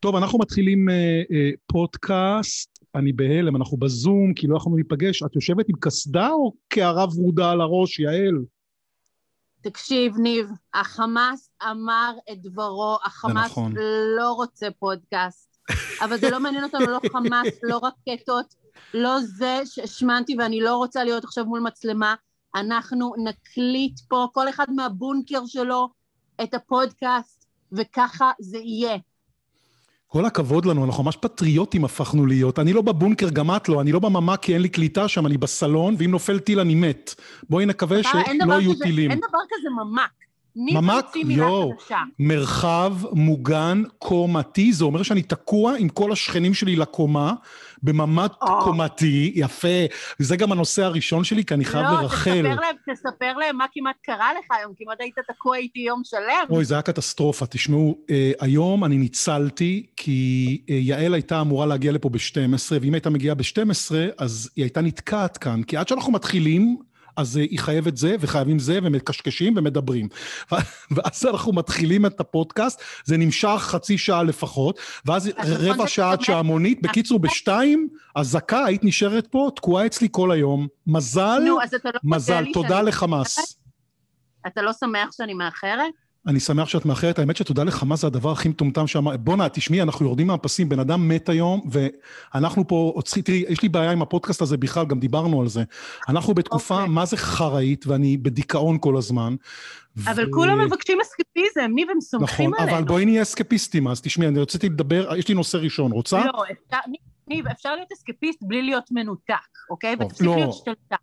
טוב, אנחנו מתחילים פודקאסט, אני בהלם, אנחנו בזום, כי לא יכולנו להיפגש. את יושבת עם קסדה או כערה ורודה על הראש, יעל? תקשיב, ניב, החמאס אמר את דברו, החמאס נכון. לא רוצה פודקאסט, אבל זה לא מעניין אותנו, לא חמאס, לא רקטות, לא זה שהשמנתי ואני לא רוצה להיות עכשיו מול מצלמה, אנחנו נקליט פה, כל אחד מהבונקר שלו, את הפודקאסט, וככה זה יהיה. כל הכבוד לנו, אנחנו ממש פטריוטים הפכנו להיות. אני לא בבונקר, גם את לא, אני לא בממ"ק כי אין לי קליטה שם, אני בסלון, ואם נופל טיל אני מת. בואי נקווה שלא יהיו טילים. אין דבר כזה ממ"ק. ממ"ק, לא, מרחב מוגן קומתי, זה אומר שאני תקוע עם כל השכנים שלי לקומה, בממ"ד קומתי, יפה, זה גם הנושא הראשון שלי, כי אני חייב לרחל. תספר להם מה כמעט קרה לך היום, כמעט היית תקוע איתי יום שלם. אוי, זה היה קטסטרופה, תשמעו, היום אני ניצלתי, כי יעל הייתה אמורה להגיע לפה ב-12, ואם הייתה מגיעה ב-12, אז היא הייתה נתקעת כאן, כי עד שאנחנו מתחילים, אז היא חייבת זה, וחייבים זה, ומקשקשים ומדברים. ואז אנחנו מתחילים את הפודקאסט, זה נמשך חצי שעה לפחות, ואז רבע שעה עד שהמונית, בקיצור בשתיים, הזקה, היית נשארת פה, תקועה אצלי כל היום. מזל, מזל, תודה לחמאס. אתה לא שמח שאני מאחרת? אני שמח שאת מאחרת, האמת שתודה לך, מה זה הדבר הכי מטומטם שם, בונה, תשמעי, אנחנו יורדים מהפסים, בן אדם מת היום, ואנחנו פה, תראי, יש לי בעיה עם הפודקאסט הזה בכלל, גם דיברנו על זה, אנחנו בתקופה, מה זה חראית, ואני בדיכאון כל הזמן. אבל כולם מבקשים אסקפיזם, ניב, הם סומכים עלינו. נכון, אבל בואי נהיה אסקפיסטים, אז תשמעי, אני רציתי לדבר, יש לי נושא ראשון, רוצה? לא, ניב, אפשר להיות אסקפיסט בלי להיות מנותק, אוקיי? ותפסיק להיות שתלתה.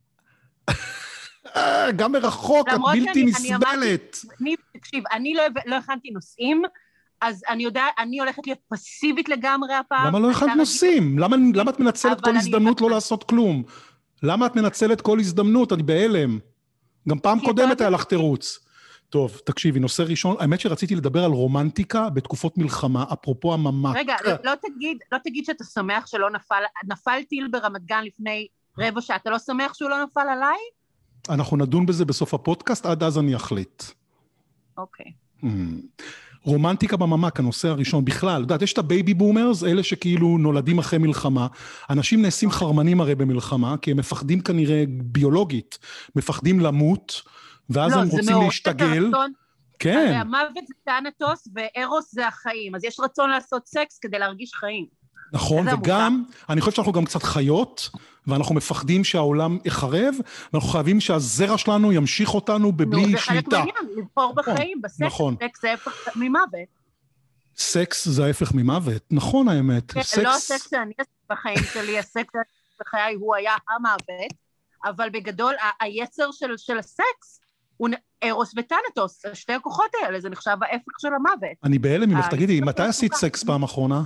גם מרחוק, את בלתי נסבלת. תקשיב, אני לא הכנתי נושאים, אז אני הולכת להיות פסיבית לגמרי הפעם. למה לא הכנת נושאים? למה את מנצלת כל הזדמנות לא לעשות כלום? למה את מנצלת כל הזדמנות? אני בהלם. גם פעם קודמת היה לך תירוץ. טוב, תקשיבי, נושא ראשון, האמת שרציתי לדבר על רומנטיקה בתקופות מלחמה, אפרופו הממ"ק. רגע, לא תגיד שאתה שמח שלא נפל טיל ברמת גן לפני רבע שעה, אתה לא שמח שהוא לא נפל עליי? אנחנו נדון בזה בסוף הפודקאסט, עד אז אני אחליט. אוקיי. רומנטיקה בממ"ק, הנושא הראשון בכלל, יודעת, יש את הבייבי בומרס, אלה שכאילו נולדים אחרי מלחמה, אנשים נעשים חרמנים הרי במלחמה, כי הם מפחדים כנראה ביולוגית, מפחדים למות, ואז הם רוצים להשתגל. כן. הרי המוות זה טאנטוס, וארוס זה החיים, אז יש רצון לעשות סקס כדי להרגיש חיים. נכון, וגם, אני חושב שאנחנו גם קצת חיות, ואנחנו מפחדים שהעולם יחרב, ואנחנו חייבים שהזרע שלנו ימשיך אותנו בבלי שליטה. זה חלק מעניין, לבחור בחיים, בסקס, סקס זה הפך ממוות. סקס זה ההפך ממוות, נכון האמת. לא הסקס שאני עשיתי בחיים שלי, הסקס בחיי הוא היה המוות, אבל בגדול היצר של הסקס, הוא ארוס וטאנטוס, שתי הכוחות האלה, זה נחשב ההפך של המוות. אני בהלם ממך, תגידי, מתי עשית סקס פעם אחרונה?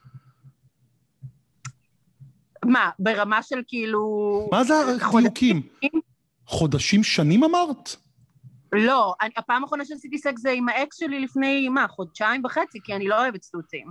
מה, ברמה של כאילו... מה זה דיוקים? חודשים שנים אמרת? לא, הפעם האחרונה שעשיתי סקס זה עם האקס שלי לפני, חודשיים וחצי, כי אני לא אוהבת סטוצים.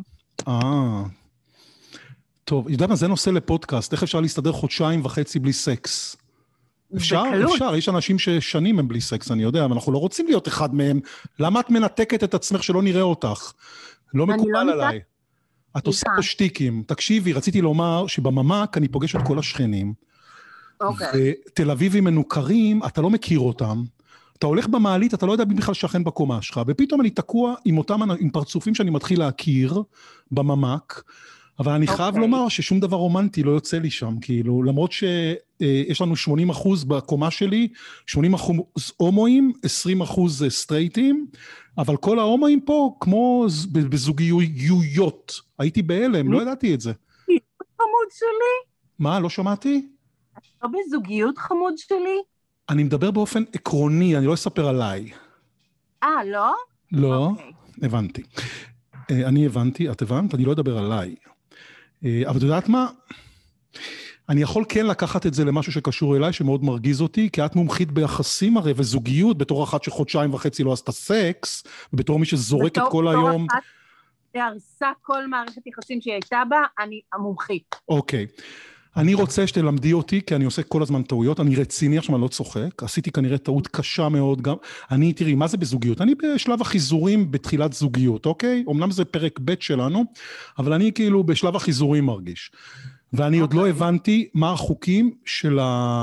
טוב, יודע מה, זה נושא לפודקאסט, איך אפשר להסתדר חודשיים וחצי בלי סקס? אפשר, יש אנשים ששנים הם בלי סקס, אני יודע, אבל אנחנו לא רוצים להיות אחד מהם. למה את מנתקת את עצמך שלא נראה אותך? לא מקובל עליי. את עושה פה שטיקים. תקשיבי, רציתי לומר שבממ"ק אני פוגש את כל השכנים, ותל אביבים מנוכרים, אתה לא מכיר אותם, אתה הולך במעלית, אתה לא יודע בכלל שכן בקומה שלך, ופתאום אני תקוע עם פרצופים שאני מתחיל להכיר בממ"ק, אבל אני חייב לומר ששום דבר רומנטי לא יוצא לי שם, כאילו, למרות שיש לנו 80% בקומה שלי, 80% הומואים, 20% סטרייטים, אבל כל ההומואים פה כמו בזוגיות. הייתי בהלם, לא ידעתי את זה. חמוד שלי? מה, לא שמעתי? לא בזוגיות חמוד שלי? אני מדבר באופן עקרוני, אני לא אספר עליי. לא? לא, הבנתי. אני הבנתי, את הבנת? אני לא אדבר עליי. אבל את יודעת מה? אני יכול כן לקחת את זה למשהו שקשור אליי, שמאוד מרגיז אותי, כי את מומחית ביחסים הרי וזוגיות, בתור אחת שחודשיים וחצי לא עשתה סקס, ובתור מי שזורקת כל היום. בתור אחת שהרסה כל מערכת יחסים שהיא הייתה בה, אני המומחית. אוקיי. אני רוצה שתלמדי אותי, כי אני עושה כל הזמן טעויות, אני רציני, עכשיו אני לא צוחק, עשיתי כנראה טעות קשה מאוד גם, תראי, מה זה בזוגיות? אני בשלב החיזורים בתחילת זוגיות, אוקיי? אמנם זה פרק ב' שלנו, אבל אני כאילו בשלב החיזורים מרגיש. ואני עוד לא הבנתי מה החוקים של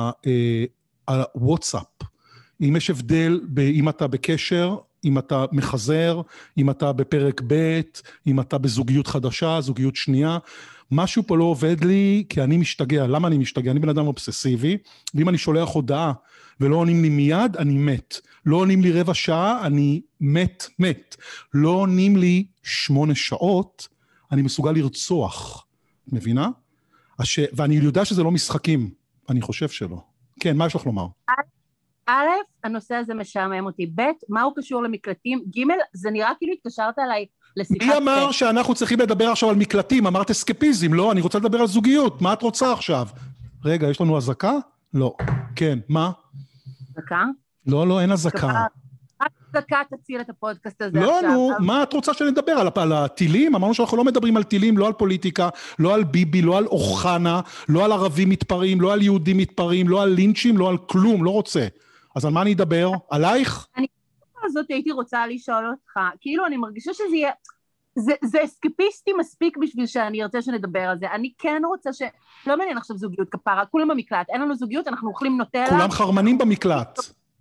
הוואטסאפ. אם יש הבדל, אם אתה בקשר, אם אתה מחזר, אם אתה בפרק ב', אם אתה בזוגיות חדשה, זוגיות שנייה, משהו פה לא עובד לי, כי אני משתגע. למה אני משתגע? אני בן אדם אובססיבי, ואם אני שולח הודעה ולא עונים לי מיד, אני מת. לא עונים לי רבע שעה, אני מת. לא עונים לי 8 שעות, אני מסוגל לרצוח. מבינה? ואני יודע שזה לא משחקים. אני חושב שלא. כן, מה יש לך לומר? א', הנושא הזה משעמם אותי. ב', מה הוא קשור למקלטים? ג', זה נראה כאילו התקשרת עליי לשיחת... מי אמר שאנחנו צריכים לדבר עכשיו על מקלטים? אמרת אסקפיזם, לא? אני רוצה לדבר על זוגיות. מה את רוצה עכשיו? רגע, יש לנו הזקה? לא. כן, מה? הזקה? לא, אין הזקה. הזקה תציל את הפודקאסט הזה לא, עכשיו. נו, מה את רוצה שנדבר? על הטילים? אמרנו שאנחנו לא מדברים על טילים, לא על פוליטיקה, לא על ביבי, לא על אוחנה, לא על ערבים מתפרעים, לא על יהודים מתפרעים, לא על לינצ'ים, לא על כלום, לא רוצה. אז על מה אני אדבר? עלייך? אני הזאת הייתי רוצה לשאול אותך, כאילו אני מרגישה שזה יהיה, זה אסקפיסטי מספיק בשביל שאני ארצה שנדבר על זה, אני כן רוצה לא מעניין עכשיו זוגיות כפרה, כולם במקלט, אין לנו זוגיות, אנחנו אוכלים נוטלה. כולם חרמנים במקלט.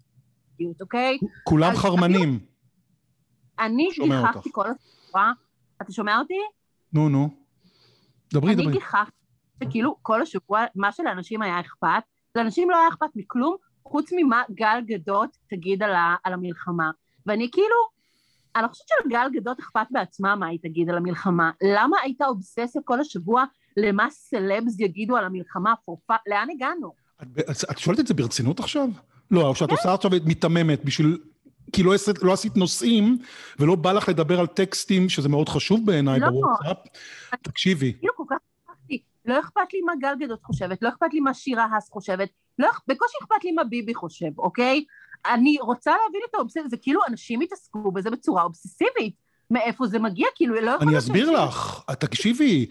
אוקיי? כולם חרמנים. אני גיחכתי כל השבוע, אתה שומע אותי? נו. דברי. אני גיחכתי שכאילו כל השבוע, מה שלאנשים היה אכפת, לאנשים לא היה אכפת מכלום, חוץ ממה גל גדות תגיד על המלחמה. ואני כאילו, אני חושבת שלגל גדות אכפת בעצמה מה היא תגיד על המלחמה. למה הייתה אובססיה כל השבוע למה סלבס יגידו על המלחמה? לאן הגענו? את שואלת את זה ברצינות עכשיו? לא, או שאת עושה עכשיו מתממת בשביל, כי לא עשית נושאים, ולא בא לך לדבר על טקסטים, שזה מאוד חשוב בעיניי בוואטסאפ. תקשיבי. כאילו כל כך אכפתי, לא אכפת לי מה גל גדות חושבת, לא אכפת לי מה שירה האס חושבת, בקושי אכפת לי מה ביבי חושב, אוקיי? אני רוצה להבין את האובססיה, זה כאילו אנשים התעסקו בזה בצורה אובססיבית. מאיפה זה מגיע? כאילו, לא יכול... אני אסביר לך, תקשיבי,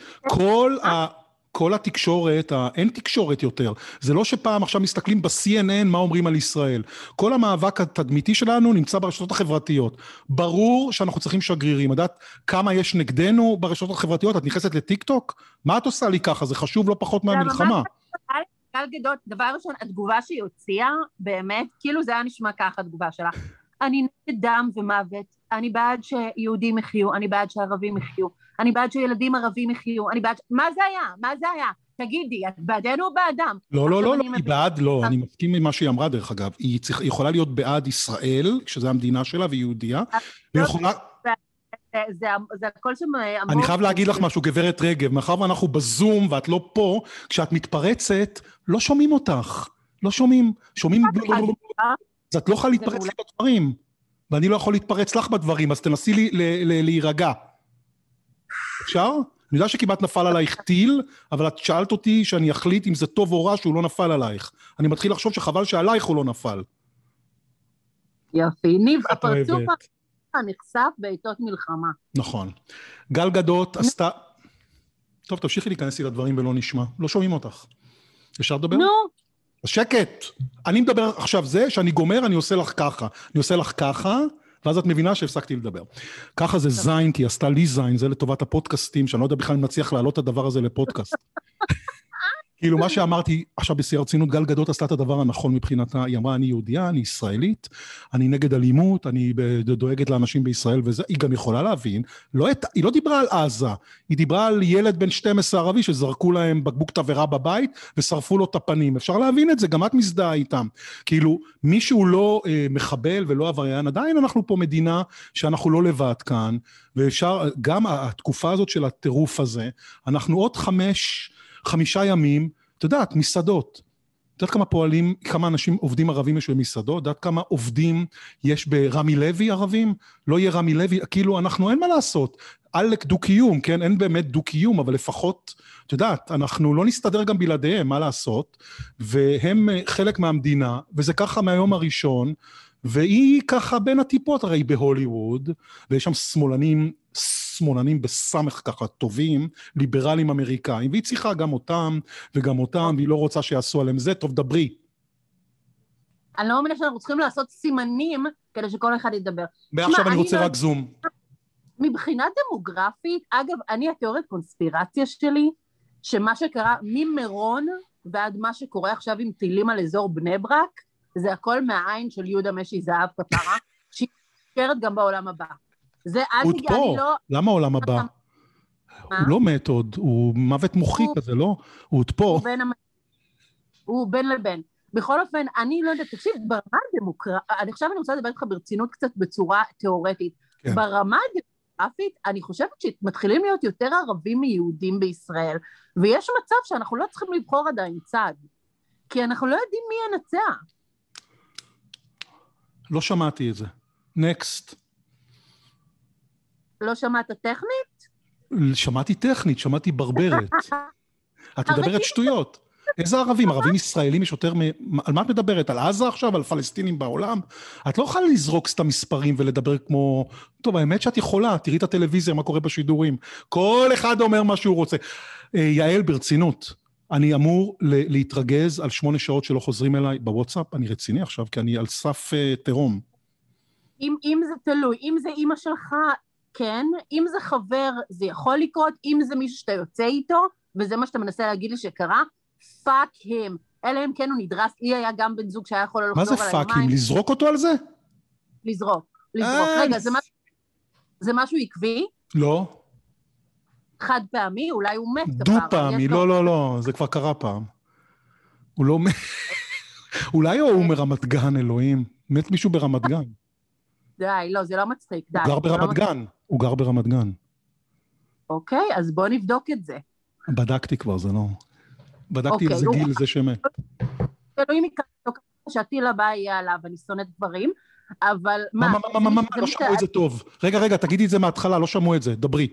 כל התקשורת, אין תקשורת יותר. זה לא שפעם עכשיו מסתכלים ב-CNN מה אומרים על ישראל. כל המאבק התדמיתי שלנו נמצא ברשתות החברתיות. ברור שאנחנו צריכים שגרירים. יודעת כמה יש נגדנו ברשתות החברתיות? את נכנסת לטיק-טוק? מה את עושה לי ככה? זה חשוב לא פחות מהמלחמה. גל גדות, דבר ראשון, התגובה שהיא הוציאה, באמת, כאילו זה היה נשמע ככה, התגובה שלה. אני נגד דם ומוות, אני בעד שיהודים יחיו, אני בעד שערבים יחיו, אני בעד שילדים ערבים יחיו, אני בעד... מה זה היה? תגידי, את בעדנו או בעדם? לא, היא בעד, לא, אני מסכים עם מה שהיא אמרה דרך אגב, היא יכולה להיות בעד ישראל, כשזו המדינה שלה והיא יהודייה, והיא יכולה... זה הכל שם... אני חייב להגיד לך משהו, גברת רגב, מאחר ואנחנו בזום ואת לא פה, כשאת מתפרצת, לא שומעים אותך, לא שומעים, אז את לא יכולה להתפרץ לי בדברים, ואני לא יכול להתפרץ לך בדברים, אז תנסי לי להירגע. אפשר? אני יודע שכמעט נפל עלייך טיל, אבל את שאלת אותי שאני אחליט אם זה טוב או רע שהוא לא נפל עלייך. אני מתחיל לחשוב שחבל שעלייך הוא לא נפל. יופי, ניב, הפרצוף נחשף בעיתות מלחמה. נכון. גל גדות עשתה... טוב, תמשיכי להיכנס לי לדברים ולא נשמע. לא שומעים אותך. אפשר לדבר? נו. שקט. אני מדבר עכשיו זה שאני גומר, אני עושה לך ככה. אני עושה לך ככה, ואז את מבינה שהפסקתי לדבר. ככה זה זין, כי היא עשתה לי זין, זה לטובת הפודקאסטים, שאני לא יודע בכלל אם נצליח להעלות את הדבר הזה לפודקאסט. כאילו מה שאמרתי עכשיו בשיא הרצינות, גל גדות עשתה את הדבר הנכון מבחינתה, היא אמרה אני יהודייה, אני ישראלית, אני נגד אלימות, אני דואגת לאנשים בישראל וזה, היא גם יכולה להבין, היא לא דיברה על עזה, היא דיברה על ילד בן 12 ערבי שזרקו להם בקבוק תבערה בבית ושרפו לו את הפנים, אפשר להבין את זה, גם את מזדהה איתם, כאילו מישהו לא מחבל ולא עבריין, עדיין אנחנו פה מדינה שאנחנו לא לבד כאן, ואפשר, גם התקופה הזאת של הטירוף הזה, אנחנו עוד 5 ימים, אתה יודעת, מסעדות. אתה יודעת כמה פועלים, כמה אנשים עובדים ערבים יש במסעדות? אתה יודעת כמה עובדים יש ברמי לוי ערבים? לא יהיה רמי לוי, כאילו אנחנו אין מה לעשות. עלק דו-קיום, כן? אין באמת דו-קיום, אבל לפחות, אתה יודעת, אנחנו לא נסתדר גם בלעדיהם, מה לעשות? והם חלק מהמדינה, וזה ככה מהיום הראשון, והיא ככה בין הטיפות, הרי בהוליווד, ויש שם שמאלנים שמאלנים בסמך ככה, טובים, ליברלים אמריקאים, והיא צריכה גם אותם וגם אותם, והיא לא רוצה שיעשו עליהם זה, טוב, דברי. אני לא מאמינה שאנחנו צריכים לעשות סימנים, כדי שכל אחד ידבר. ועכשיו אני רוצה רק זום. מבחינה דמוגרפית, אגב, התיאוריית קונספירציה שלי, שמה שקרה ממרון ועד מה שקורה עכשיו עם טילים על אזור בני ברק, זה הכל מהעין של יהודה משי זהב כפרה, שהיא נשארת גם בעולם הבא. זה הוא עוד פה, למה העולם הבא? הוא לא מת עוד, הוא מוות מוחי כזה, לא? הוא עוד פה. הוא בין לבין. בכל אופן, אני לא יודעת, תקשיב, ברמה הדמוקרטית, עכשיו אני רוצה לדבר איתך ברצינות קצת בצורה תיאורטית, ברמה הדמוקרטית, אני חושבת שמתחילים להיות יותר ערבים מיהודים בישראל, ויש מצב שאנחנו לא צריכים לבחור עדיין צד, כי אנחנו לא יודעים מי ינצח. לא שמעתי את זה. נקסט. לא שמעת טכנית? שמעתי טכנית, שמעתי ברברת. את מדברת שטויות. איזה ערבים? ערבים ישראלים יש יותר על מה את מדברת? על עזה עכשיו? על פלסטינים בעולם? את לא יכולה לזרוק סתם מספרים ולדבר כמו... טוב, האמת שאת יכולה, תראי את הטלוויזיה, מה קורה בשידורים. כל אחד אומר מה שהוא רוצה. יעל, ברצינות, אני אמור להתרגז על 8 שעות שלא חוזרים אליי בוואטסאפ, אני רציני עכשיו, כי אני על סף תרום. אם זה תלוי, אם זה אמא שלך, כן, אם זה חבר, זה יכול לקרות, אם זה מישהו שאתה יוצא איתו, וזה מה שאתה מנסה להגיד לי שקרה, פאק הם, אלא אם כן הוא נדרס, לי היה גם בן זוג שהיה יכול לחזור על היומיים. מה זה פאק הם? לזרוק אותו על זה? לזרוק. רגע, זה משהו עקבי? לא. חד פעמי? אולי הוא מת. דו פעמי, לא, זה כבר קרה פעם. הוא לא מת. אולי הוא מרמת גן, אלוהים. מת מישהו ברמת גן. די, לא, זה לא מצחיק, די. הוא גר ברמת גן. אוקיי, אז בוא נבדוק את זה. בדקתי כבר, זה לא... בדקתי איזה גיל זה שמת. אלוהים יקרה, שהטיל הבא יהיה עליו, אני שונאת דברים, אבל מה? לא שמעו את זה טוב. רגע, תגידי את זה מההתחלה, לא שמעו את זה, דברי.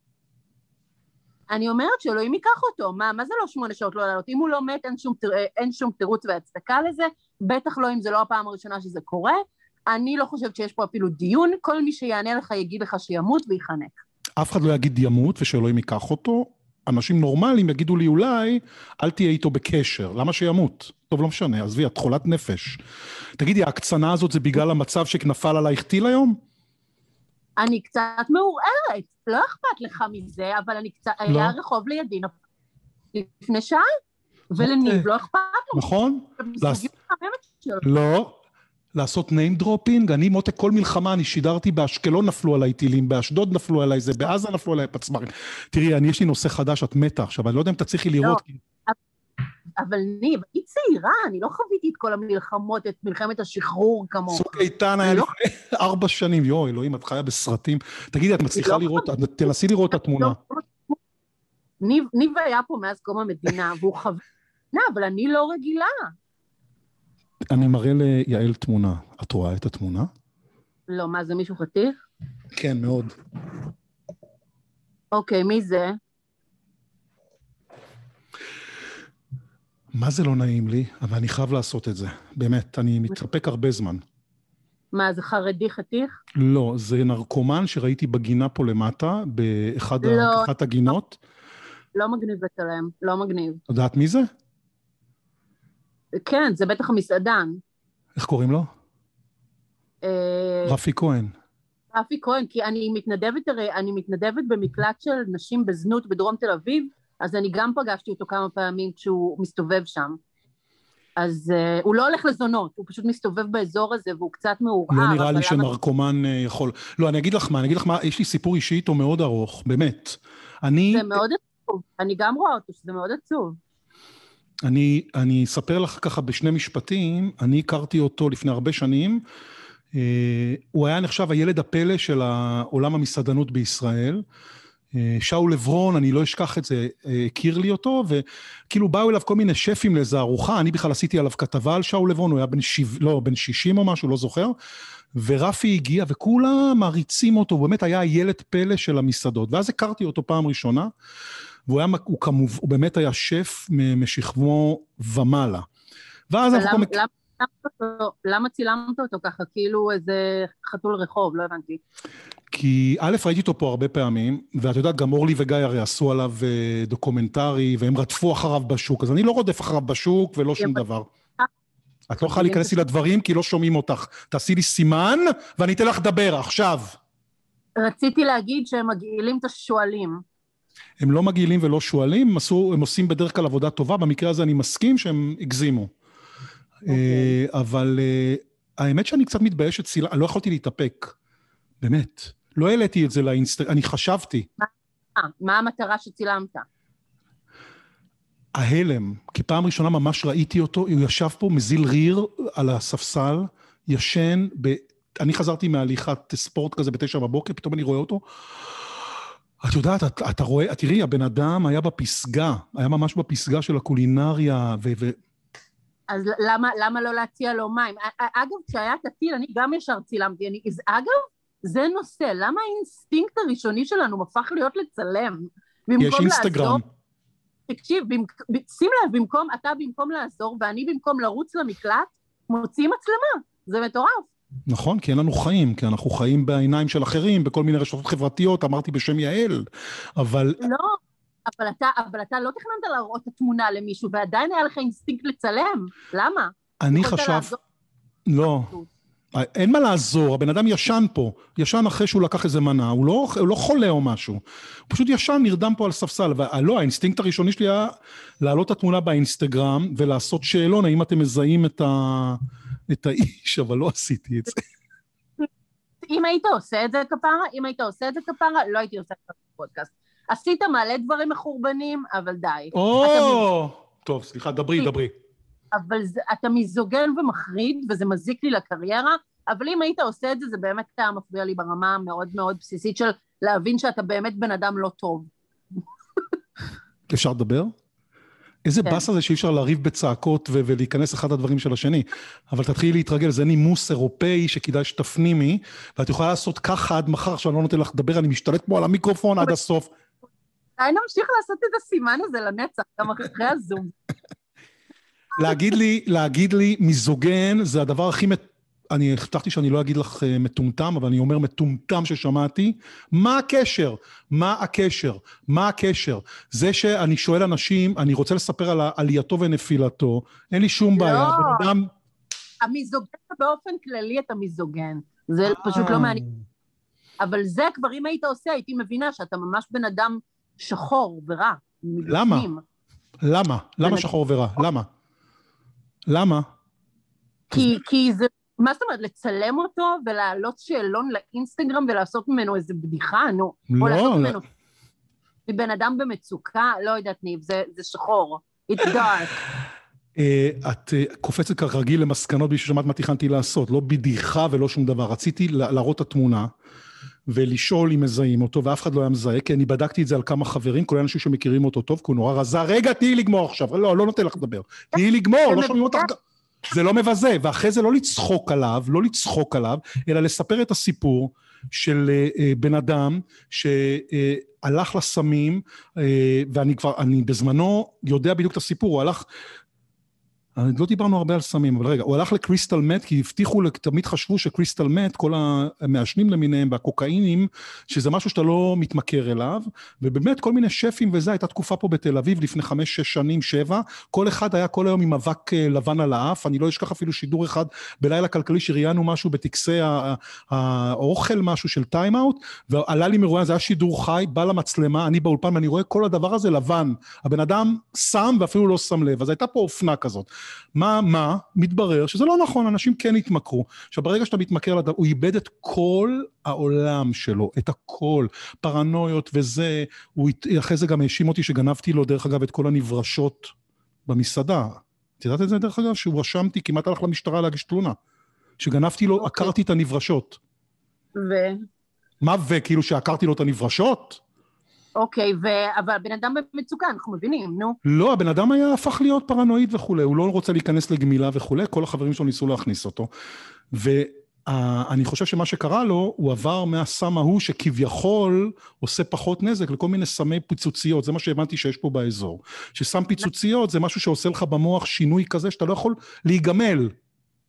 אני אומרת שאלוהים ייקח אותו, מה זה לא 8 שעות לא לעלות? אם הוא לא מת, אין שום תירוץ והצדקה לזה, בטח לא אם זה לא הפעם הראשונה שזה קורה, אני לא חושבת שיש פה אפילו דיון, כל מי שיענה לך יגיד לך שימות ויחנק. אף אחד לא יגיד ימות ושאלוהים ייקח אותו, אנשים נורמליים יגידו לי אולי, אל תהיה איתו בקשר, למה שימות? טוב, לא משנה, עזבי, את חולת נפש. תגידי, ההקצנה הזאת זה בגלל המצב שנפל עלייך טיל היום? אני קצת מעורערת, לא אכפת לך מזה, אבל אני קצת, היה רחוב לידי לפני שעה, ולניב לא אכפת לו. נכון? לא. לעשות name dropping, אני מותק כל מלחמה, אני שידרתי באשקלון נפלו עליי טילים, באשדוד נפלו עליי זה, בעזה נפלו עליי פצמרים. תראי, יש לי נושא חדש, את מתה עכשיו, אני לא יודע אם תצליחי לראות. אבל ניב, היא צעירה, אני לא חוויתי את כל המלחמות, את מלחמת השחרור כמוך. צוק איתן היה לפני 4 שנים, יו, אלוהים, את חיה בסרטים. תגידי, את מצליחה לראות, תנסי לראות את התמונה. ניב היה פה מאז קום המדינה, והוא חווה, אבל אני לא רגילה. אני מראה ליעל תמונה. את רואה את התמונה? לא, מה, זה מישהו חתיך? כן, מאוד. אוקיי, מי זה? מה זה לא נעים לי? אבל אני חייב לעשות את זה. באמת, אני מתרפק הרבה זמן. מה, זה חרדי חתיך? לא, זה נרקומן שראיתי בגינה פה למטה, באחת הגינות. לא מגניב בצלם, לא מגניב. יודעת מי זה? כן, זה בטח המסעדן. איך קוראים לו? רפי כהן. רפי כהן, כי אני מתנדבת במקלט של נשים בזנות בדרום תל אביב, אז אני גם פגשתי אותו כמה פעמים כשהוא מסתובב שם. אז הוא לא הולך לזונות, הוא פשוט מסתובב באזור הזה, והוא קצת מעורער. לא נראה לי שנרקומן יכול... לא, אני אגיד לך מה, יש לי סיפור אישי איתו מאוד ארוך, באמת. זה מאוד עצוב, אני גם רואה אותו, שזה מאוד עצוב. אני אספר לך ככה בשני משפטים, אני הכרתי אותו לפני הרבה שנים, הוא היה נחשב הילד הפלא של העולם המסעדנות בישראל, שאול לברון, אני לא אשכח את זה, הכיר לי אותו, וכאילו באו אליו כל מיני שפים לאיזו ארוחה, אני בכלל עשיתי עליו כתבה על שאול לברון, הוא היה בן 60 או משהו, לא זוכר, ורפי הגיע, וכולם מעריצים אותו, הוא באמת היה הילד פלא של המסעדות, ואז הכרתי אותו פעם ראשונה, הוא באמת היה שף משכבו ומעלה. ואז אנחנו... למה צילמת אותו ככה, כאילו איזה חתול רחוב, לא הבנתי. כי א', ראיתי אותו פה הרבה פעמים, ואת יודעת, גם אורלי וגיא הרי עשו עליו דוקומנטרי, והם רדפו אחריו בשוק, אז אני לא רודף אחריו בשוק ולא שום דבר. את לא יכולה להיכנס לי לדברים, כי לא שומעים אותך. תעשי לי סימן, ואני אתן לך לדבר עכשיו. רציתי להגיד שהם מגעילים את השואלים. הם לא מגעילים ולא שואלים, הם עושים בדרך כלל עבודה טובה, במקרה הזה אני מסכים שהם הגזימו. אבל האמת שאני קצת מתבייש לא יכולתי להתאפק, באמת. לא העליתי את זה לאינסטגרם, אני חשבתי. מה המטרה שצילמת? ההלם, כי פעם ראשונה ממש ראיתי אותו, הוא ישב פה מזיל ריר על הספסל, ישן, אני חזרתי מהליכת ספורט כזה ב9 בבוקר, פתאום אני רואה אותו, את יודעת, אתה רואה, תראי, הבן אדם היה בפסגה, היה ממש בפסגה של הקולינריה, אז למה לא להציע לו מים? אגב, כשהיה תטיל, אני גם ישר צילמתי, אגב, זה נושא, למה האינסטינקט הראשוני שלנו הפך להיות לצלם? יש אינסטגרם. תקשיב, שים לב, במקום לעזור, ואני במקום לרוץ למקלט, מוצאים מצלמה, זה מטורף. נכון, כי אין לנו חיים, כי אנחנו חיים בעיניים של אחרים, בכל מיני רשתות חברתיות, אמרתי בשם יעל, אבל... לא, אבל אתה לא תכננת להראות את התמונה למישהו, ועדיין היה לך אינסטינקט לצלם, למה? אני חשב... לא, אין מה לעזור, הבן אדם ישן פה, ישן אחרי שהוא לקח איזה מנה, הוא לא חולה או משהו, הוא פשוט ישן, נרדם פה על ספסל, ולא, האינסטינקט הראשוני שלי היה להעלות את התמונה באינסטגרם, ולעשות שאלון, האם אתם מזהים את האיש, אבל לא עשיתי את זה. אם היית עושה את זה כפרה, לא הייתי עושה את הפודקאסט. עשית מלא דברים מחורבנים, אבל די. טוב, סליחה, דברי. אבל אתה מיזוגן ומחריד, וזה מזיק לי לקריירה, אבל אם היית עושה את זה, זה באמת היה מפריע לי ברמה מאוד מאוד בסיסית של להבין שאתה באמת בן אדם לא טוב. אפשר לדבר? איזה בסה זה שאי אפשר להריב בצעקות ולהיכנס אחד הדברים של השני, אבל תתחילי להתרגל, זה נימוס אירופאי שכדאי שתפנימי, ואת יכולה לעשות ככה עד מחר, עכשיו לא נותן לך לדבר, אני משתלט פה על המיקרופון עד הסוף. אני נמשיך לעשות את הסימן הזה לנצח, גם אחרי הזום. להגיד לי, מיזוגן, זה הדבר הכי, אני הבטחתי שאני לא אגיד לך מטומטם, אבל אני אומר מטומטם ששמעתי, מה הקשר? זה שאני שואל אנשים, אני רוצה לספר על עלייתו ונפילתו, אין לי שום בעיה, בן אדם... המיזוגן באופן כללי אתה מיזוגן, זה פשוט לא מעניין. אבל זה כבר אם היית עושה, הייתי מבינה שאתה ממש בן אדם שחור ורע. למה שחור ורע? למה? כי זה, מה זאת אומרת, לצלם אותו ולהעלות שאלון לאינסטגרם ולעשות ממנו איזה בדיחה, נו. לא. או לעשות ממנו בן אדם במצוקה, לא יודעת ניב, זה שחור. It's dark. את קופצת כרגיל למסקנות בשביל ששמעת מה תכנתי לעשות, לא בדיחה ולא שום דבר. רציתי להראות את התמונה ולשאול אם מזהים אותו, ואף אחד לא היה מזהה, כי אני בדקתי את זה על כמה חברים, כולל אנשים שמכירים אותו טוב, כי הוא נורא רזה, רגע, תהי לגמור עכשיו, לא נותן לך לדבר, תהי לגמור, לא שומעים אותך, זה לא מבזה, ואחרי זה לא לצחוק עליו, אלא לספר את הסיפור של בן אדם שהלך לסמים, ואני בזמנו יודע בדיוק את הסיפור, הוא הלך, לא דיברנו הרבה על סמים, אבל רגע, הוא הלך לקריסטל מט, כי הבטיחו, תמיד חשבו שקריסטל מט, כל המעשנים למיניהם והקוקאינים, שזה משהו שאתה לא מתמכר אליו, ובאמת כל מיני שפים וזה, הייתה תקופה פה בתל אביב, לפני 5-6 שנים, 7, כל אחד היה כל היום עם אבק לבן על האף, אני לא אשכח אפילו שידור אחד, בלילה כלכלי שראיינו משהו בטקסי האוכל, משהו של טיים-אאוט, ועלה לי מרואיין, זה היה שידור חי, בא למצלמה, אני באולפן, ואני רואה כל הדבר הזה לבן, הבן אדם שם ואפילו לא שם לב, אז הייתה פה אופנה כזאת. מה? מתברר שזה לא נכון, אנשים כן התמכרו. עכשיו, ברגע שאתה מתמכר לדבר, הוא איבד את כל העולם שלו, את הכל, פרנויות וזה, אחרי זה גם האשים אותי שגנבתי לו, דרך אגב, את כל הנברשות במסעדה. את יודעת את זה, דרך אגב? שהוא רשמתי, כמעט הלך למשטרה להגיש תלונה. שגנבתי לו, עקרתי את הנברשות. מה כאילו שעקרתי לו את הנברשות? אוקיי, אבל הבן אדם במצוקה, אנחנו מבינים, נו. לא, הבן אדם הפך להיות פרנואיד וכו', הוא לא רוצה להיכנס לגמילה וכו', כל החברים שלו ניסו להכניס אותו, ואני חושב שמה שקרה לו, הוא עבר מהסם ההוא שכביכול עושה פחות נזק לכל מיני סמי פיצוציות, זה מה שהבנתי שיש פה באזור, שסם פיצוציות זה משהו שעושה לך במוח שינוי כזה, שאתה לא יכול להיגמל,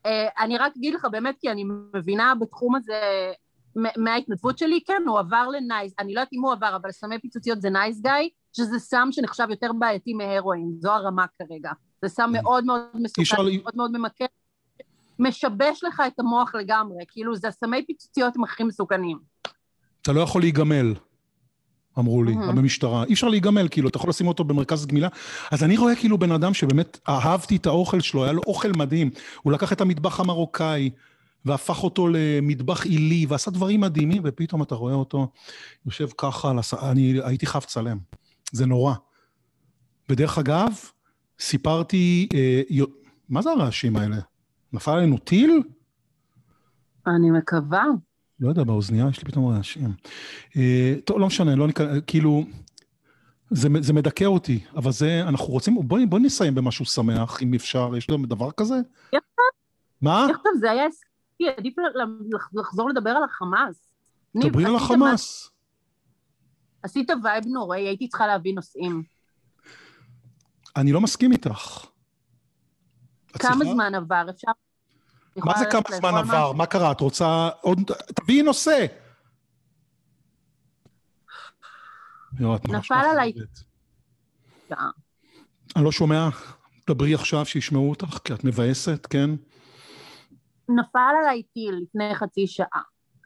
אני רק אגיד לך באמת, כי אני מבינה בתחום הזה, מההתנדבות שלי, כן, הוא עבר לנייס, אני לא יודעת אם הוא עבר, אבל סמי פיצוציות זה נייס גאי, שזה סם שנחשב יותר בעייתי מהרואין, זו הרמה כרגע. זה סם מאוד מאוד מסוכן, מאוד מאוד ממכר, משבש לך את המוח לגמרי, כאילו זה סמי פיצוציות הם הכי מסוכנים. אתה לא יכול להיגמל, אמרו לי, במשטרה. אי אפשר להיגמל, כאילו, אתה יכול לשים אותו במרכז גמילה. אז אני רואה כאילו בן אדם שבאמת אהבתי את האוכל שלו, היה לו אוכל מדהים. הוא לקח את המטבח המרוקאי, והפך אותו למטבח עילי, ועשה דברים מדהימים, ופתאום אתה רואה אותו, יושב ככה, אני הייתי חייב צלם. זה נורא. בדרך אגב, סיפרתי, מה זה הרעשים האלה? נפל עלינו טיל? אני מקווה. לא יודע, באוזנייה יש לי פתאום רעשים. טוב, לא משנה, לא כאילו, זה מדכא אותי, אבל זה, אנחנו רוצים, בואי נסיים במשהו שמח, אם אפשר, יש לנו דבר כזה? מה? איך טוב, זה היה עדיף לחזור לדבר על החמאס. דברי על החמאס. עשית וייב נוראי, הייתי צריכה להביא נושאים. אני לא מסכים איתך. כמה זמן עבר? אפשר... מה זה כמה זמן עבר? מה קרה? את רוצה עוד... תביאי נושא. נפל עליי... אני לא שומע. דברי עכשיו שישמעו אותך, כי את מבאסת, כן? נפל עליי טיל לפני חצי שעה.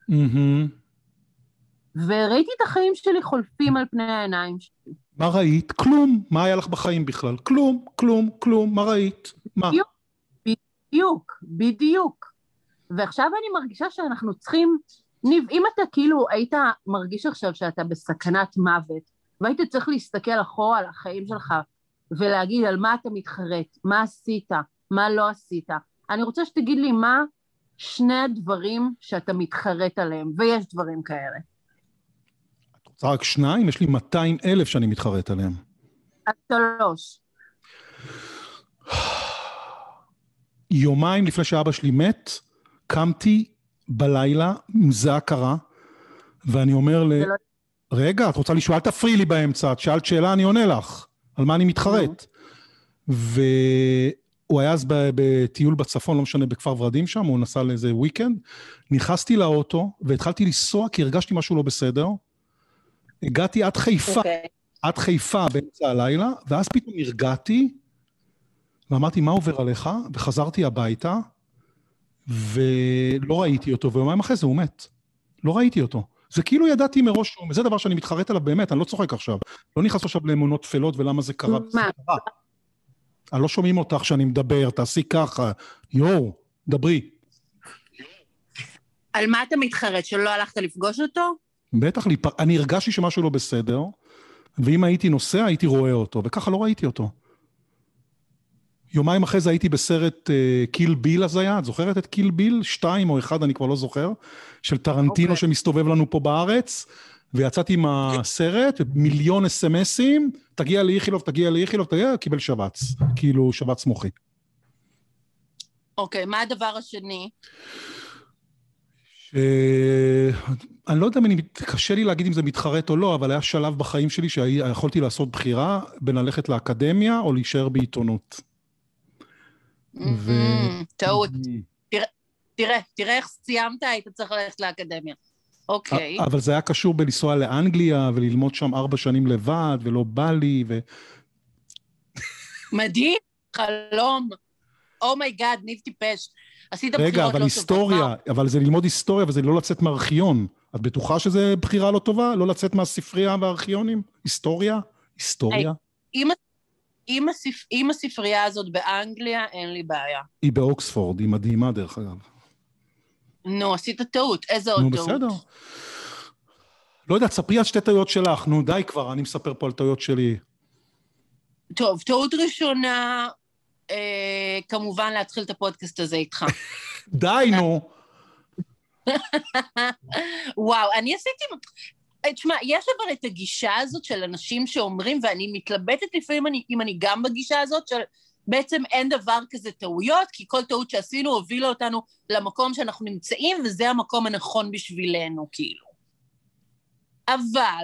וראיתי את החיים שלי חולפים על פני העיניים שלי. מה ראית? כלום. מה היה לך בחיים בכלל? כלום, כלום, כלום. מה ראית? מה? בדיוק. ועכשיו אני מרגישה שאנחנו צריכים, ניב, אם אתה כאילו היית מרגיש עכשיו שאתה בסכנת מוות, והיית צריך להסתכל אחורה על החיים שלך, ולהגיד על מה אתה מתחרט, מה עשית, מה לא עשית. אני רוצה שתגיד לי מה שני הדברים שאתה מתחרט עליהם, ויש דברים כאלה. את רוצה רק שניים? יש לי 200,000 שאני מתחרט עליהם. 3. יומיים לפני שאבא שלי מת, קמתי בלילה, עם זעה קרה, ואני אומר רגע, את רוצה לשאול? אל תפריעי לי באמצע, את שאלת שאלה, אני עונה לך. על מה אני מתחרט? והוא היה אז בטיול בצפון, לא משנה, בכפר ורדים שם, הוא נסע לאיזה וויקנד, נכנסתי לאוטו, והתחלתי לנסוע, כי הרגשתי משהו לא בסדר, הגעתי עד חיפה, עד חיפה באמצע הלילה, ואז פתאום הרגעתי, ואמרתי, מה עובר עליך? וחזרתי הביתה, ולא ראיתי אותו, ויומיים אחרי זה הוא מת. לא ראיתי אותו. זה כאילו ידעתי מראש, זה דבר שאני מתחרט עליו באמת, אני לא צוחק עכשיו. לא נכנס עכשיו לאמונות תפלות ולמה זה קרה. אני לא שומעים אותך שאני מדבר, תעשי ככה. יואו, דברי. על מה אתה מתחרט? שלא הלכת לפגוש אותו? בטח, אני הרגשתי שמשהו לא בסדר, ואם הייתי נוסע, הייתי רואה אותו, וככה לא ראיתי אותו. יומיים אחרי זה הייתי בסרט קיל ביל אז היה, את זוכרת את קיל ביל? 2 או 1, אני כבר לא זוכר, של טרנטינו שמסתובב לנו פה בארץ, ויצאתי עם הסרט, מיליון אס-אמסים, תגיע לאיכילוב, קיבל שבץ, כאילו שבץ מוחי. אוקיי, מה הדבר השני? אני לא יודע, קשה לי להגיד אם זה מתחרט או לא, אבל היה שלב בחיים שלי שיכולתי לעשות בחירה בין ללכת לאקדמיה או להישאר בעיתונות. טעות. תראה איך סיימת, היית צריך ללכת לאקדמיה. אוקיי. אבל זה היה קשור בלנסוע לאנגליה וללמוד שם 4 שנים לבד, ולא בא לי, מדהים, חלום. אומייגאד, ניב טיפש. עשית בחירות לא טובה. רגע, אבל היסטוריה, אבל זה ללמוד היסטוריה, וזה לא לצאת מהארכיון. את בטוחה שזה בחירה לא טובה? לא לצאת מהספרייה והארכיונים? היסטוריה? אם הספרייה הזאת באנגליה, אין לי בעיה. היא באוקספורד, היא מדהימה דרך אגב. נו, עשית טעות, איזה עוד טעות? נו, בסדר. לא יודע, תספרי על 2 טעויות שלך, נו, די כבר, אני מספר פה על טעויות שלי. טוב, טעות ראשונה, כמובן להתחיל את הפודקאסט הזה איתך. די, נו. וואו, אני עשיתי... תשמע, יש אבל את הגישה הזאת של אנשים שאומרים, ואני מתלבטת לפעמים אם אני גם בגישה הזאת, של בעצם אין דבר כזה טעויות, כי כל טעות שעשינו הובילה אותנו למקום שאנחנו נמצאים, וזה המקום הנכון בשבילנו, כאילו. אבל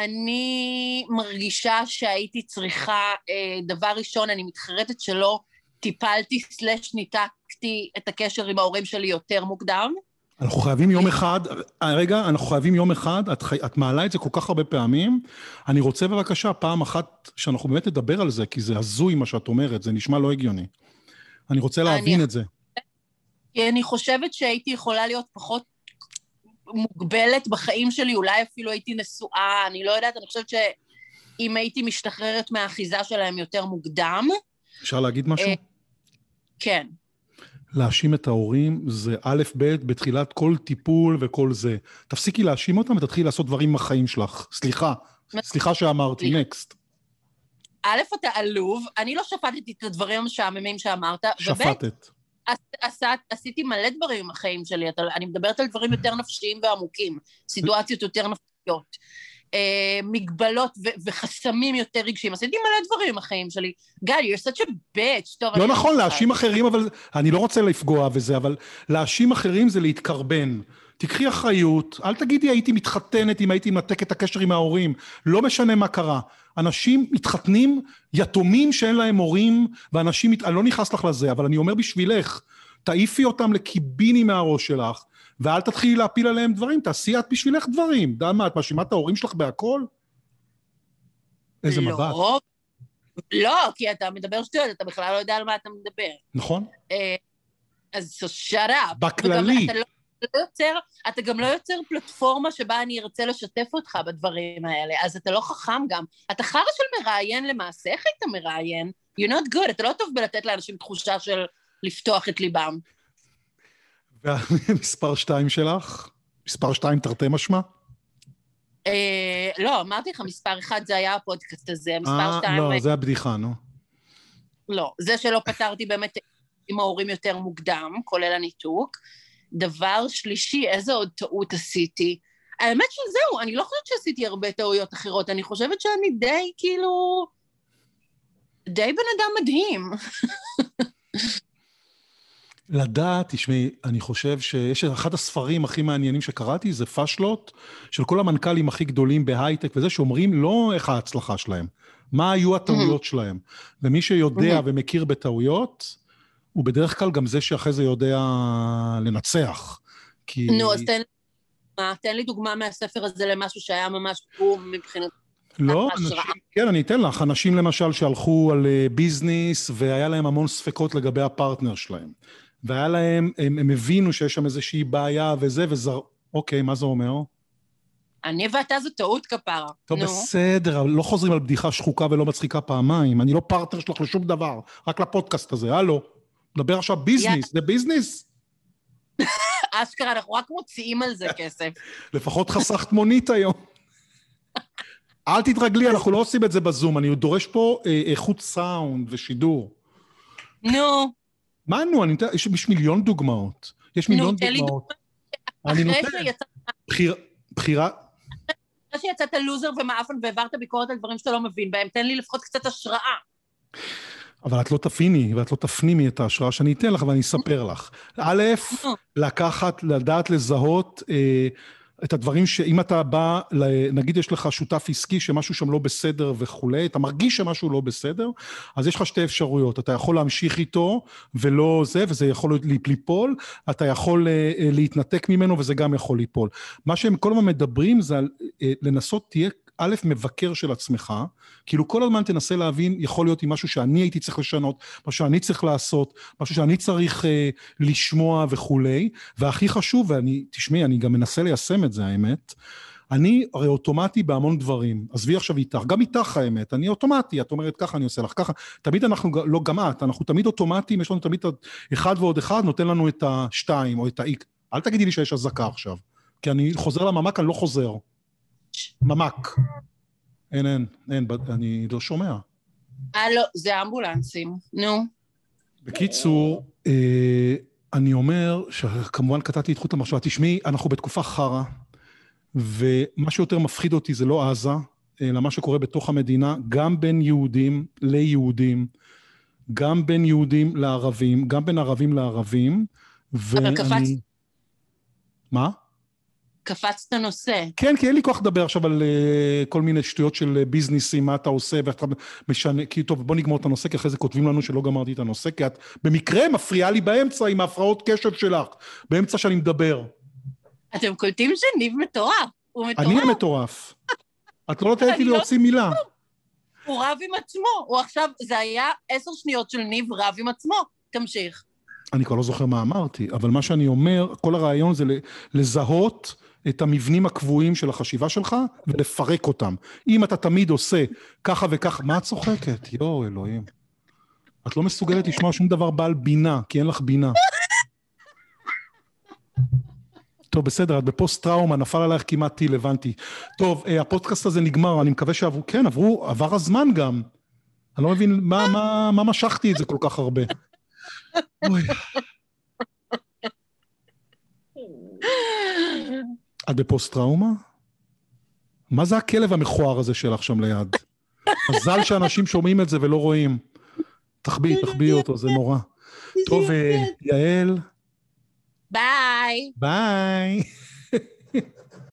אני מרגישה שהייתי צריכה, דבר ראשון, אני מתחרטת שלא טיפלתי סלש ניתקתי את הקשר עם ההורים שלי יותר מוקדם. אנחנו חייבים יום אחד, רגע, אנחנו חייבים יום אחד, את מעלה את זה כל כך הרבה פעמים, אני רוצה בבקשה פעם אחת שאנחנו באמת נדבר על זה, כי זה הזוי מה שאת אומרת, זה נשמע לא הגיוני. אני רוצה להבין את זה. כי אני חושבת שהייתי יכולה להיות פחות מוגבלת בחיים שלי, אולי אפילו הייתי נשואה, אני לא יודעת, אני חושבת שאם הייתי משתחררת מהאחיזה שלהם יותר מוקדם. אפשר להגיד משהו? כן. להאשים את ההורים זה א' ב' בתחילת כל טיפול וכל זה. תפסיקי להאשים אותם ותתחילי לעשות דברים עם החיים שלך. סליחה שאמרתי, נקסט. א', אתה עלוב, אני לא שפטתי את הדברים המשעממים שאמרת. שפטת. עשיתי מלא דברים עם החיים שלי, אני מדברת על דברים יותר נפשיים ועמוקים, סיטואציות יותר נפשיות, מגבלות וחסמים יותר רגשיים, עשיתי מלא דברים עם החיים שלי. God, you're such a bitch. לא נכון, להאשים אחרים, אבל אני לא רוצה לפגוע בזה, אבל להאשים אחרים זה להתקרבן. תקחי אחריות, אל תגידי הייתי מתחתנת אם הייתי מנתק את הקשר עם ההורים, לא משנה מה קרה. אנשים מתחתנים, יתומים שאין להם הורים, ואנשים, אני לא נכנס לך לזה, אבל אני אומר בשבילך, תעיפי אותם לקיביני מהראש שלך, ואל תתחילי להפיל עליהם דברים, תעשי את בשבילך דברים. דה מה, את מאשימה את ההורים שלך בהכל? איזה מבט. לא, כי אתה מדבר שטויות, אתה בכלל לא יודע על מה אתה מדבר. נכון. אז שרה. בכללי. אתה גם לא יוצר פלטפורמה שבה אני ארצה לשתף אותך בדברים האלה, אז אתה לא חכם גם. אתה חרא של מראיין למעשה, איך היית מראיין? You're not good, אתה לא טוב בלתת לאנשים תחושה של לפתוח את ליבם. והמספר 2 שלך? מספר 2 תרתי משמע? לא, אמרתי לך, מספר 1 זה היה הפודקאסט הזה, מספר 2... לא, זה הבדיחה, נו. לא, זה שלא פתרתי באמת עם ההורים יותר מוקדם, כולל הניתוק. דבר שלישי, איזה עוד טעות עשיתי? האמת שזהו, אני לא חושבת שעשיתי הרבה טעויות אחרות, אני חושבת שאני די כאילו... די בן אדם מדהים. לדעת, תשמעי, אני חושב שיש אחד הספרים הכי מעניינים שקראתי, זה פשלות של כל המנכ"לים הכי גדולים בהייטק וזה, שאומרים לא איך ההצלחה שלהם, מה היו הטעויות שלהם. ומי שיודע ומכיר בטעויות, הוא בדרך כלל גם זה שאחרי זה יודע לנצח. נו, אז תן לי דוגמה מהספר הזה למשהו שהיה ממש בום מבחינת... לא, כן, אני אתן לך. אנשים למשל שהלכו על ביזנס, והיה להם המון ספקות לגבי הפרטנר שלהם. והיה להם, הם הבינו שיש שם איזושהי בעיה וזה, אוקיי, מה זה אומר? אני ואתה זו טעות כפרה. טוב, בסדר, אבל לא חוזרים על בדיחה שחוקה ולא מצחיקה פעמיים. אני לא פרטנר שלך לשום דבר, רק לפודקאסט הזה, הלו. מדבר עכשיו ביזנס, זה ביזנס? אשכרה, אנחנו רק מוציאים על זה כסף. לפחות חסכת מונית היום. אל תתרגלי, אנחנו לא עושים את זה בזום, אני דורש פה איכות סאונד ושידור. נו. מה נו? יש מיליון דוגמאות. יש מיליון דוגמאות. אני נותן. בחירה. אחרי שיצאת לוזר ומאפן והעברת ביקורת על דברים שאתה לא מבין בהם, תן לי לפחות קצת השראה. אבל את לא תפיני, ואת לא תפנימי את ההשראה שאני אתן לך, ואני אספר לך. א', לקחת, לדעת לזהות את הדברים שאם אתה בא, נגיד יש לך שותף עסקי שמשהו שם לא בסדר וכולי, אתה מרגיש שמשהו לא בסדר, אז יש לך שתי אפשרויות, אתה יכול להמשיך איתו ולא זה, וזה יכול ליפול, אתה יכול להתנתק ממנו וזה גם יכול ליפול. מה שהם כל הזמן מדברים זה על לנסות תהיה א', מבקר של עצמך, כאילו כל הזמן תנסה להבין, יכול להיות עם משהו שאני הייתי צריך לשנות, משהו שאני צריך לעשות, משהו שאני צריך לשמוע וכולי, והכי חשוב, תשמעי, אני גם מנסה ליישם את זה, האמת, אני הרי אוטומטי בהמון דברים, עזבי עכשיו איתך, גם איתך האמת, אני אוטומטי, את אומרת ככה, אני עושה לך ככה, תמיד אנחנו, לא גם את, אנחנו תמיד אוטומטיים, יש לנו תמיד אחד ועוד אחד, נותן לנו את השתיים או את האיק, אל תגידי לי שיש הזקה עכשיו, כי אני חוזר לממק, אני לא חוזר. ממק. אין, אני לא שומע. לא, זה אמבולנסים, נו. בקיצור, אני אומר, שכמובן קטעתי את חוט המחשבה, תשמעי, אנחנו בתקופה חרה, ומה שיותר מפחיד אותי זה לא עזה, אלא מה שקורה בתוך המדינה, גם בין יהודים ליהודים, גם בין יהודים לערבים, גם בין ערבים לערבים, אבל קפצת. מה? קפצת נושא. כן, כי אין לי כוח לדבר עכשיו על כל מיני שטויות של ביזניסים, מה אתה עושה, ואתה משנה, כי טוב, בוא נגמור את הנושא, כי אחרי זה כותבים לנו שלא גמרתי את הנושא, כי את במקרה מפריעה לי באמצע עם ההפרעות קשב שלך, באמצע שאני מדבר. אתם קולטים שניב מטורף, הוא מטורף. אני המטורף. את לא נותנת לי להוציא מילה. הוא רב עם עצמו, הוא עכשיו, זה היה 10 שניות של ניב רב עם עצמו, תמשיך. אני כבר לא זוכר מה אמרתי, אבל מה שאני אומר, כל הרעיון זה לזהות את המבנים הקבועים של החשיבה שלך, ולפרק אותם. אם אתה תמיד עושה ככה וככה, מה את צוחקת? יואו, אלוהים. את לא מסוגלת לשמוע שום דבר בעל בינה, כי אין לך בינה. טוב, בסדר, את בפוסט טראומה, נפל עלייך כמעט טיל, הבנתי. טוב, הפודקאסט הזה נגמר, אני מקווה שעברו, כן, עבר הזמן גם. אני לא מבין מה משכתי את זה כל כך הרבה. אוי. את בפוסט טראומה? מה זה הכלב המכוער הזה שלך שם ליד? מזל שאנשים שומעים את זה ולא רואים. תחביא אותו, זה נורא. טוב, יעל. ביי. ביי.